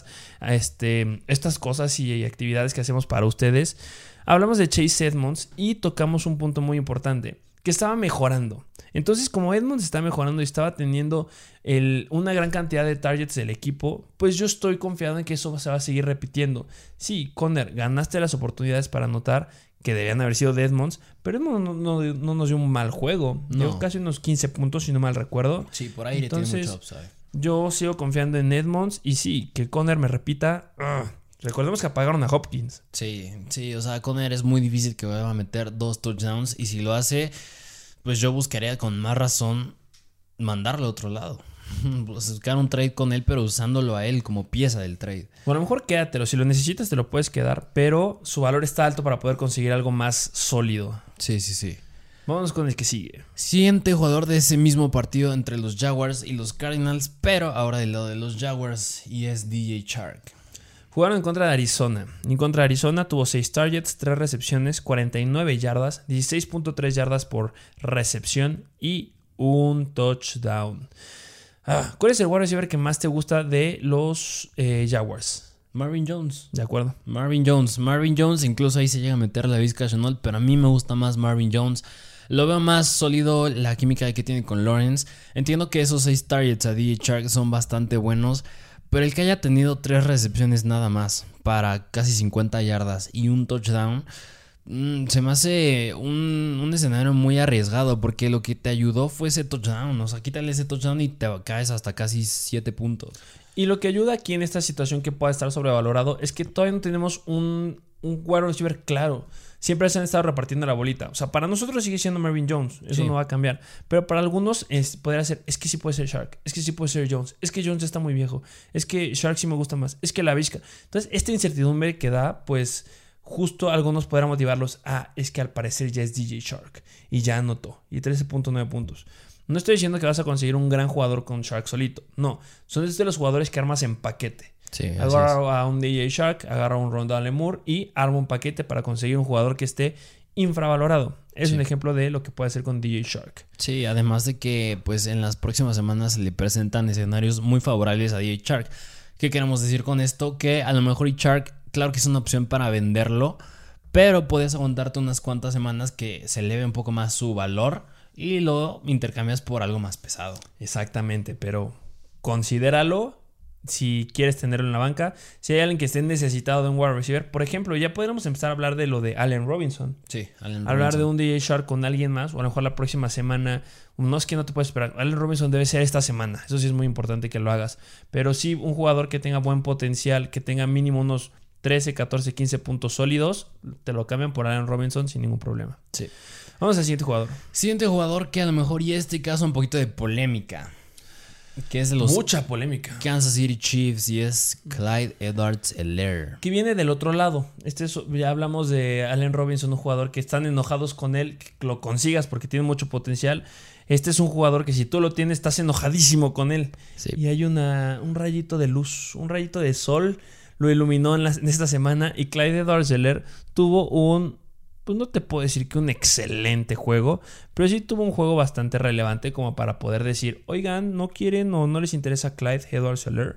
A: cosas y actividades que hacemos para ustedes. Hablamos de Chase Edmonds y tocamos un punto muy importante, que estaba mejorando. Entonces, como Edmonds está mejorando y estaba teniendo una gran cantidad de targets del equipo, pues yo estoy confiado en que eso se va a seguir repitiendo. Sí, Conner, ganaste las oportunidades para anotar, que debían haber sido de Edmonds, pero Edmonds no nos dio un mal juego. Dio casi unos 15 puntos, si no mal recuerdo.
C: Sí, por ahí tiene mucho upside.
A: Yo sigo confiando en Edmonds y sí, que Conner me repita. Recordemos que apagaron a Hopkins.
C: Sí, o sea, Conner es muy difícil que vaya a meter 2 touchdowns y si lo hace, pues yo buscaría con más razón mandarlo a otro lado. Buscar un trade con él, pero usándolo a él como pieza del trade.
A: Bueno, a lo mejor quédatelo. Si lo necesitas, te lo puedes quedar. Pero su valor está alto para poder conseguir algo más sólido.
C: Sí.
A: Vámonos con el que sigue.
C: Siguiente jugador de ese mismo partido entre los Jaguars y los Cardinals, pero ahora del lado de los Jaguars, y es DJ Chark.
A: Jugaron en contra de Arizona. En contra de Arizona tuvo 6 targets, 3 recepciones, 49 yardas, 16.3 yardas por recepción y un touchdown. ¿Cuál es el wide receiver que más te gusta de los Jaguars?
C: Marvin Jones.
A: De acuerdo.
C: Marvin Jones, incluso ahí se llega a meter la Vizca Chenault, pero a mí me gusta más Marvin Jones. Lo veo más sólido la química que tiene con Lawrence. Entiendo que esos 6 targets a DJ Chark son bastante buenos, pero el que haya tenido 3 recepciones nada más para casi 50 yardas y un touchdown, se me hace un escenario muy arriesgado, porque lo que te ayudó fue ese touchdown. O sea, quítale ese touchdown y te caes hasta casi 7 puntos.
A: Y lo que ayuda aquí en esta situación que pueda estar sobrevalorado es que todavía no tenemos un wide receiver claro. Siempre se han estado repartiendo la bolita. O sea, para nosotros sigue siendo Marvin Jones. Eso no va a cambiar. Pero para algunos podría ser, es que sí puede ser Chark. Es que sí puede ser Jones. Es que Jones está muy viejo. Es que Chark sí me gusta más. Es que la Vizca. Entonces, esta incertidumbre que da, pues justo algunos podrán motivarlos es que al parecer ya es DJ Chark y ya anotó y 13.9 puntos. No estoy diciendo que vas a conseguir un gran jugador con Chark solito, no, son de los jugadores que armas en paquete.
C: Sí,
A: agarra a un DJ Chark, agarra a un Rondale Moore y arma un paquete para conseguir un jugador que esté infravalorado. Es un ejemplo de lo que puede hacer con DJ Chark.
C: Sí, además de que pues en las próximas semanas se le presentan escenarios muy favorables a DJ Chark. ¿Qué queremos decir con esto? Que a lo mejor Chark, claro que es una opción para venderlo, pero puedes aguantarte unas cuantas semanas que se eleve un poco más su valor y lo intercambias por algo más pesado.
A: Exactamente, pero considéralo si quieres tenerlo en la banca. Si hay alguien que esté necesitado de un wide receiver, por ejemplo, ya podríamos empezar a hablar de lo de Allen Robinson.
C: Sí, Allen Robinson.
A: Hablar de un DJ Chark con alguien más, o a lo mejor la próxima semana. No es que no te puedes esperar. Allen Robinson debe ser esta semana. Eso sí es muy importante que lo hagas. Pero sí, un jugador que tenga buen potencial, que tenga mínimo unos 13, 14, 15 puntos sólidos, te lo cambian por Allen Robinson sin ningún problema.
C: Sí.
A: Vamos al siguiente jugador.
C: Siguiente jugador que a lo mejor y este caso un poquito de polémica. Que es de los
A: mucha polémica.
C: Kansas City Chiefs y es Clyde Edwards-Helaire.
A: Que viene del otro lado. Ya hablamos de Allen Robinson, un jugador que están enojados con él, que lo consigas porque tiene mucho potencial. Este es un jugador que si tú lo tienes estás enojadísimo con él.
C: Sí.
A: Y hay un rayito de luz, un rayito de sol lo iluminó en esta semana y Clyde Edwards-Helaire tuvo pues no te puedo decir que un excelente juego, pero sí tuvo un juego bastante relevante como para poder decir, oigan, ¿no quieren o no les interesa Clyde Edwards-Helaire?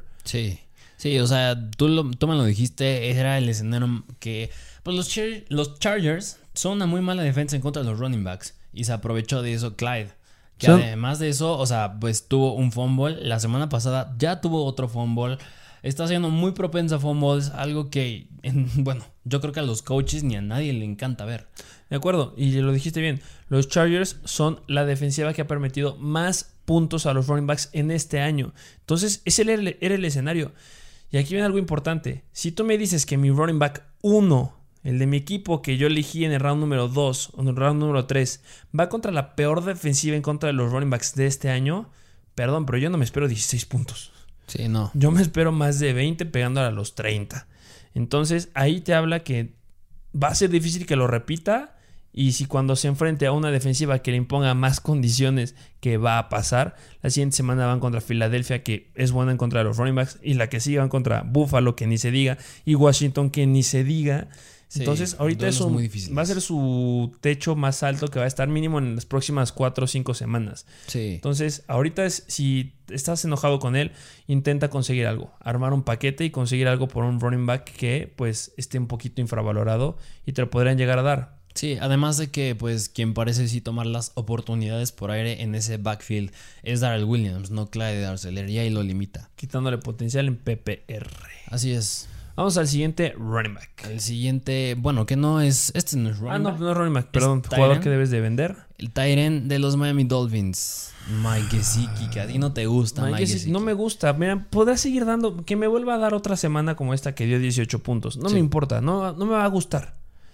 C: Sí, o sea, tú me lo dijiste, era el escenario que pues los Chargers son una muy mala defensa en contra de los running backs y se aprovechó de eso Clyde. Que además de eso, o sea, pues tuvo un fumble, la semana pasada ya tuvo otro fumble. Está siendo muy propensa a fumbles, algo que, bueno, yo creo que a los coaches ni a nadie le encanta ver.
A: De acuerdo, y lo dijiste bien. Los Chargers son la defensiva que ha permitido más puntos a los running backs en este año. Entonces, ese era el escenario. Y aquí viene algo importante. Si tú me dices que mi running back 1, el de mi equipo que yo elegí en el round número 2 o en el round número 3, va contra la peor defensiva en contra de los running backs de este año, perdón, pero yo no me espero 16 puntos.
C: Sí, no.
A: Yo me espero más de 20 pegándole a los 30. Entonces ahí te habla que va a ser difícil que lo repita. Y si cuando se enfrente a una defensiva que le imponga más condiciones, que va a pasar, la siguiente semana van contra Filadelfia, que es buena en contra de los running backs, y la que sigue van contra Buffalo, que ni se diga, y Washington, que ni se diga.
C: Sí,
A: entonces ahorita eso
C: muy difícil.
A: va a ser su techo más alto, que va a estar mínimo en las próximas 4 o 5 semanas.
C: Sí.
A: Entonces ahorita si estás enojado con él, intenta conseguir algo, armar un paquete y conseguir algo por un running back que pues esté un poquito infravalorado y te lo podrían llegar a dar.
C: Sí, además de que pues quien parece sí tomar las oportunidades por aire en ese backfield es Darrell Williams, no Clyde Arcelor, y ahí lo limita.
A: Quitándole potencial en PPR.
C: Así es.
A: Vamos al siguiente running back.
C: El siguiente, bueno, que no es, este no es running back.
A: No es running back, perdón,
C: ¿Es
A: jugador
C: tight
A: que debes de vender.
C: El tight end de los Miami Dolphins, Mike Gesicki, que a ti no te gusta, Mike Gesicki.
A: No me gusta, mira, podrá seguir dando, que me vuelva a dar otra semana como esta que dio 18 puntos. No me importa, no me va a gustar.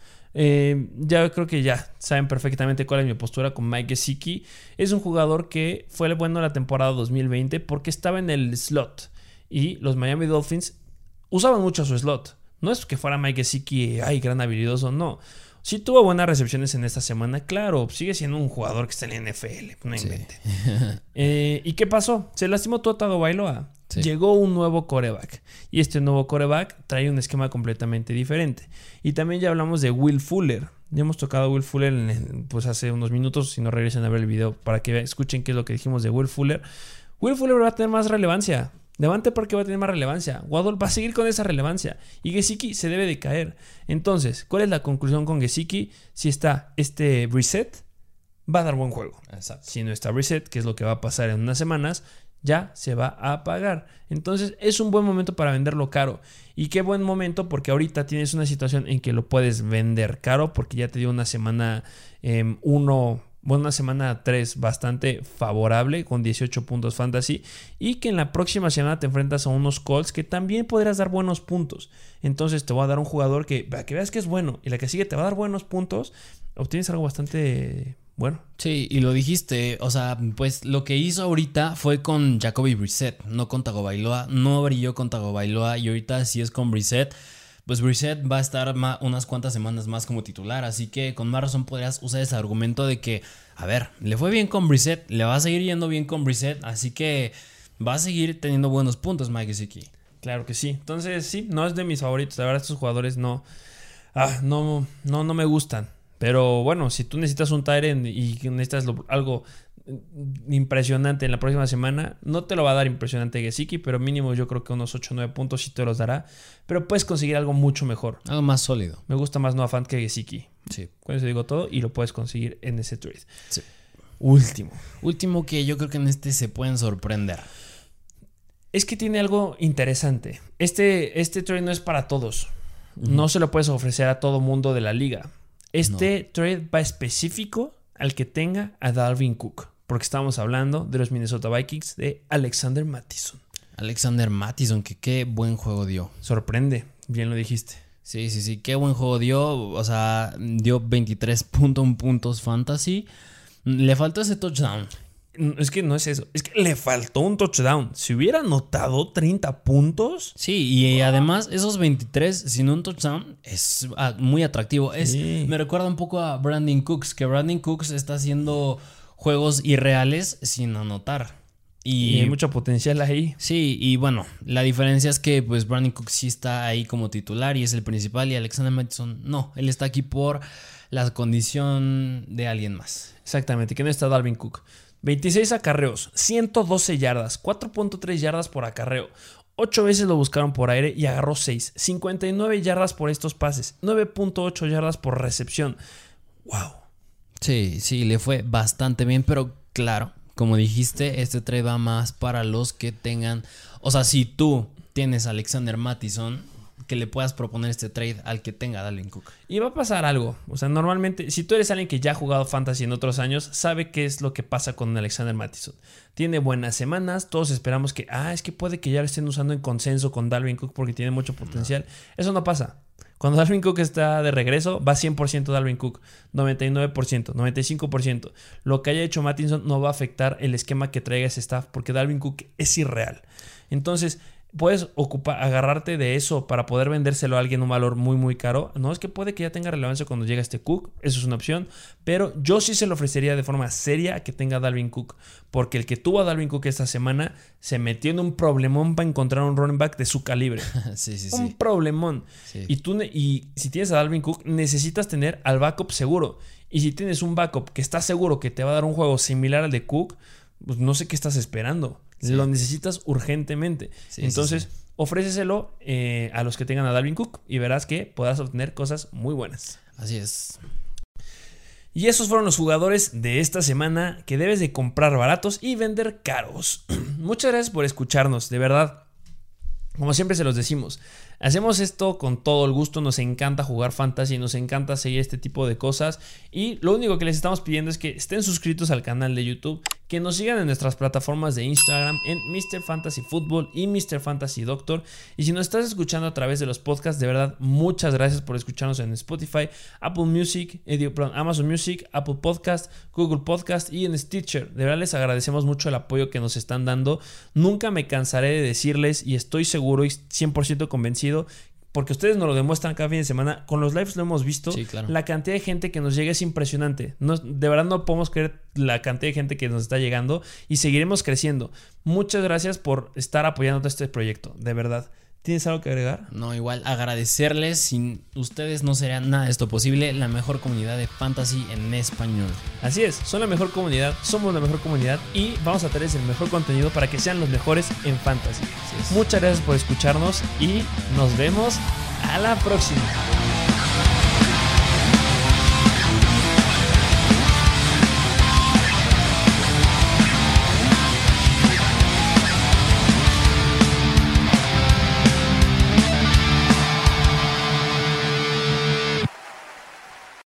A: Ya creo que ya saben perfectamente cuál es mi postura con Mike Gesicki. Es un jugador que fue bueno la temporada 2020 porque estaba en el slot y los Miami Dolphins usaban mucho su slot. No es que fuera Mike Gesicki, gran habilidoso, no. Sí tuvo buenas recepciones en esta semana, claro, sigue siendo un jugador que está en la NFL, no invente. ¿Y qué pasó? Se lastimó Tua Tagovailoa. Sí. Llegó un nuevo quarterback y este nuevo quarterback trae un esquema completamente diferente. Y también ya hablamos de Will Fuller. Ya hemos tocado a Will Fuller pues hace unos minutos. Si no, regresen a ver el video para que escuchen qué es lo que dijimos de Will Fuller. Will Fuller va a tener más relevancia. Devante Parker va a tener más relevancia. Waddle va a seguir con esa relevancia. Y Gesicki se debe de caer. Entonces, ¿cuál es la conclusión con Gesicki? Si está Brissett, va a dar buen juego.
C: Exacto.
A: Si no está Brissett, que es lo que va a pasar en unas semanas, ya se va a pagar. Entonces es un buen momento para venderlo caro. Y qué buen momento porque ahorita tienes una situación en que lo puedes vender caro porque ya te dio una semana una semana 3 bastante favorable con 18 puntos fantasy y que en la próxima semana te enfrentas a unos Colts que también podrás dar buenos puntos. Entonces te voy a dar un jugador que para que veas que es bueno y la que sigue te va a dar buenos puntos, obtienes algo bastante bueno.
C: Sí, y lo dijiste, o sea, pues lo que hizo ahorita fue con Jacoby Brissett, no con Tagovailoa, no brilló con Tagovailoa y ahorita si es con Brissett, pues Brissett va a estar unas cuantas semanas más como titular, así que con más razón podrías usar ese argumento de que, a ver, le fue bien con Brissett, le va a seguir yendo bien con Brissett, así que va a seguir teniendo buenos puntos Mike Gesicki.
A: Claro que sí, entonces sí, no es de mis favoritos, la verdad estos jugadores no me gustan. Pero bueno, si tú necesitas un tight end y necesitas algo impresionante en la próxima semana, no te lo va a dar impresionante Gesicki, pero mínimo yo creo que unos 8 o 9 puntos sí te los dará. Pero puedes conseguir algo mucho mejor.
C: Algo más sólido.
A: Me gusta más Noah Fant que Gesicki.
C: Sí.
A: Con eso digo todo y lo puedes conseguir en ese trade.
C: Sí.
A: Último
C: que yo creo que en este se pueden sorprender.
A: Es que tiene algo interesante. Este trade no es para todos. No se lo puedes ofrecer a todo mundo de la liga. Trade va específico al que tenga a Dalvin Cook. Porque estamos hablando de los Minnesota Vikings de Alexander Mattison.
C: Alexander Mattison, que qué buen juego dio.
A: Sorprende, bien lo dijiste.
C: Sí, qué buen juego dio. O sea, dio 23.1 puntos fantasy. Le faltó ese touchdown.
A: Es que no es eso, es que le faltó un touchdown. Si hubiera anotado 30 puntos.
C: Sí, y además esos 23 sin un touchdown es muy atractivo. Me recuerda un poco a Brandon Cooks, que Brandon Cooks está haciendo juegos irreales sin anotar.
A: Y hay mucho potencial ahí.
C: Sí, y bueno, la diferencia es que pues Brandon Cooks sí está ahí como titular y es el principal, y Alexander Mattison no, él está aquí por la condición de alguien más.
A: Exactamente, que no está Dalvin Cook. 26 acarreos, 112 yardas, 4.3 yardas por acarreo. 8 veces lo buscaron por aire y agarró 6. 59 yardas por estos pases, 9.8 yardas por recepción. ¡Wow!
C: Sí, le fue bastante bien, pero claro, como dijiste, este trade va más para los que tengan... O sea, si tú tienes a Alexander Mattison, que le puedas proponer este trade al que tenga Dalvin Cook.
A: Y va a pasar algo. O sea, normalmente, si tú eres alguien que ya ha jugado fantasy en otros años, sabe qué es lo que pasa con Alexander Mattison. Tiene buenas semanas, todos esperamos que, es que puede que ya lo estén usando en consenso con Dalvin Cook porque tiene mucho potencial. Eso no pasa. Cuando Dalvin Cook está de regreso, va 100% Dalvin Cook, 99%, 95%. Lo que haya hecho Mattison no va a afectar el esquema que traiga ese staff porque Dalvin Cook es irreal. Entonces, puedes agarrarte de eso para poder vendérselo a alguien a un valor muy muy caro. No es que puede que ya tenga relevancia cuando llegue este Cook, eso es una opción, pero yo sí se lo ofrecería de forma seria a que tenga Dalvin Cook, porque el que tuvo a Dalvin Cook esta semana se metió en un problemón para encontrar un running back de su calibre. Un problemón. Sí. Y si tienes a Dalvin Cook, necesitas tener al backup seguro. Y si tienes un backup que está seguro que te va a dar un juego similar al de Cook, pues no sé qué estás esperando. Sí. Lo necesitas urgentemente. Entonces, ofréceselo a los que tengan a Dalvin Cook y verás que podrás obtener cosas muy buenas.
C: Así es.
A: Y esos fueron los jugadores de esta semana que debes de comprar baratos y vender caros. Muchas gracias por escucharnos, de verdad. Como siempre se los decimos, hacemos esto con todo el gusto, nos encanta jugar fantasy, nos encanta seguir este tipo de cosas y lo único que les estamos pidiendo es que estén suscritos al canal de YouTube, que nos sigan en nuestras plataformas de Instagram en Mr. Fantasy Football y Mr. Fantasy Doctor, y si nos estás escuchando a través de los podcasts, de verdad muchas gracias por escucharnos en Spotify, Apple Music, Amazon Music, Apple Podcast, Google Podcast y en Stitcher. De verdad les agradecemos mucho el apoyo que nos están dando. Nunca me cansaré de decirles y estoy seguro y 100% convencido, porque ustedes nos lo demuestran cada fin de semana, con los lives lo hemos visto,
C: sí, claro.
A: La cantidad de gente que nos llega es impresionante. De verdad no podemos creer la cantidad de gente que nos está llegando y seguiremos creciendo. Muchas gracias por estar apoyando este proyecto, de verdad. ¿Tienes algo que agregar?
C: No, igual agradecerles. Sin ustedes no sería nada de esto posible. La mejor comunidad de fantasy en español.
A: Así es, son la mejor comunidad, somos la mejor comunidad y vamos a traerles el mejor contenido para que sean los mejores en fantasy. Muchas gracias por escucharnos y nos vemos a la próxima.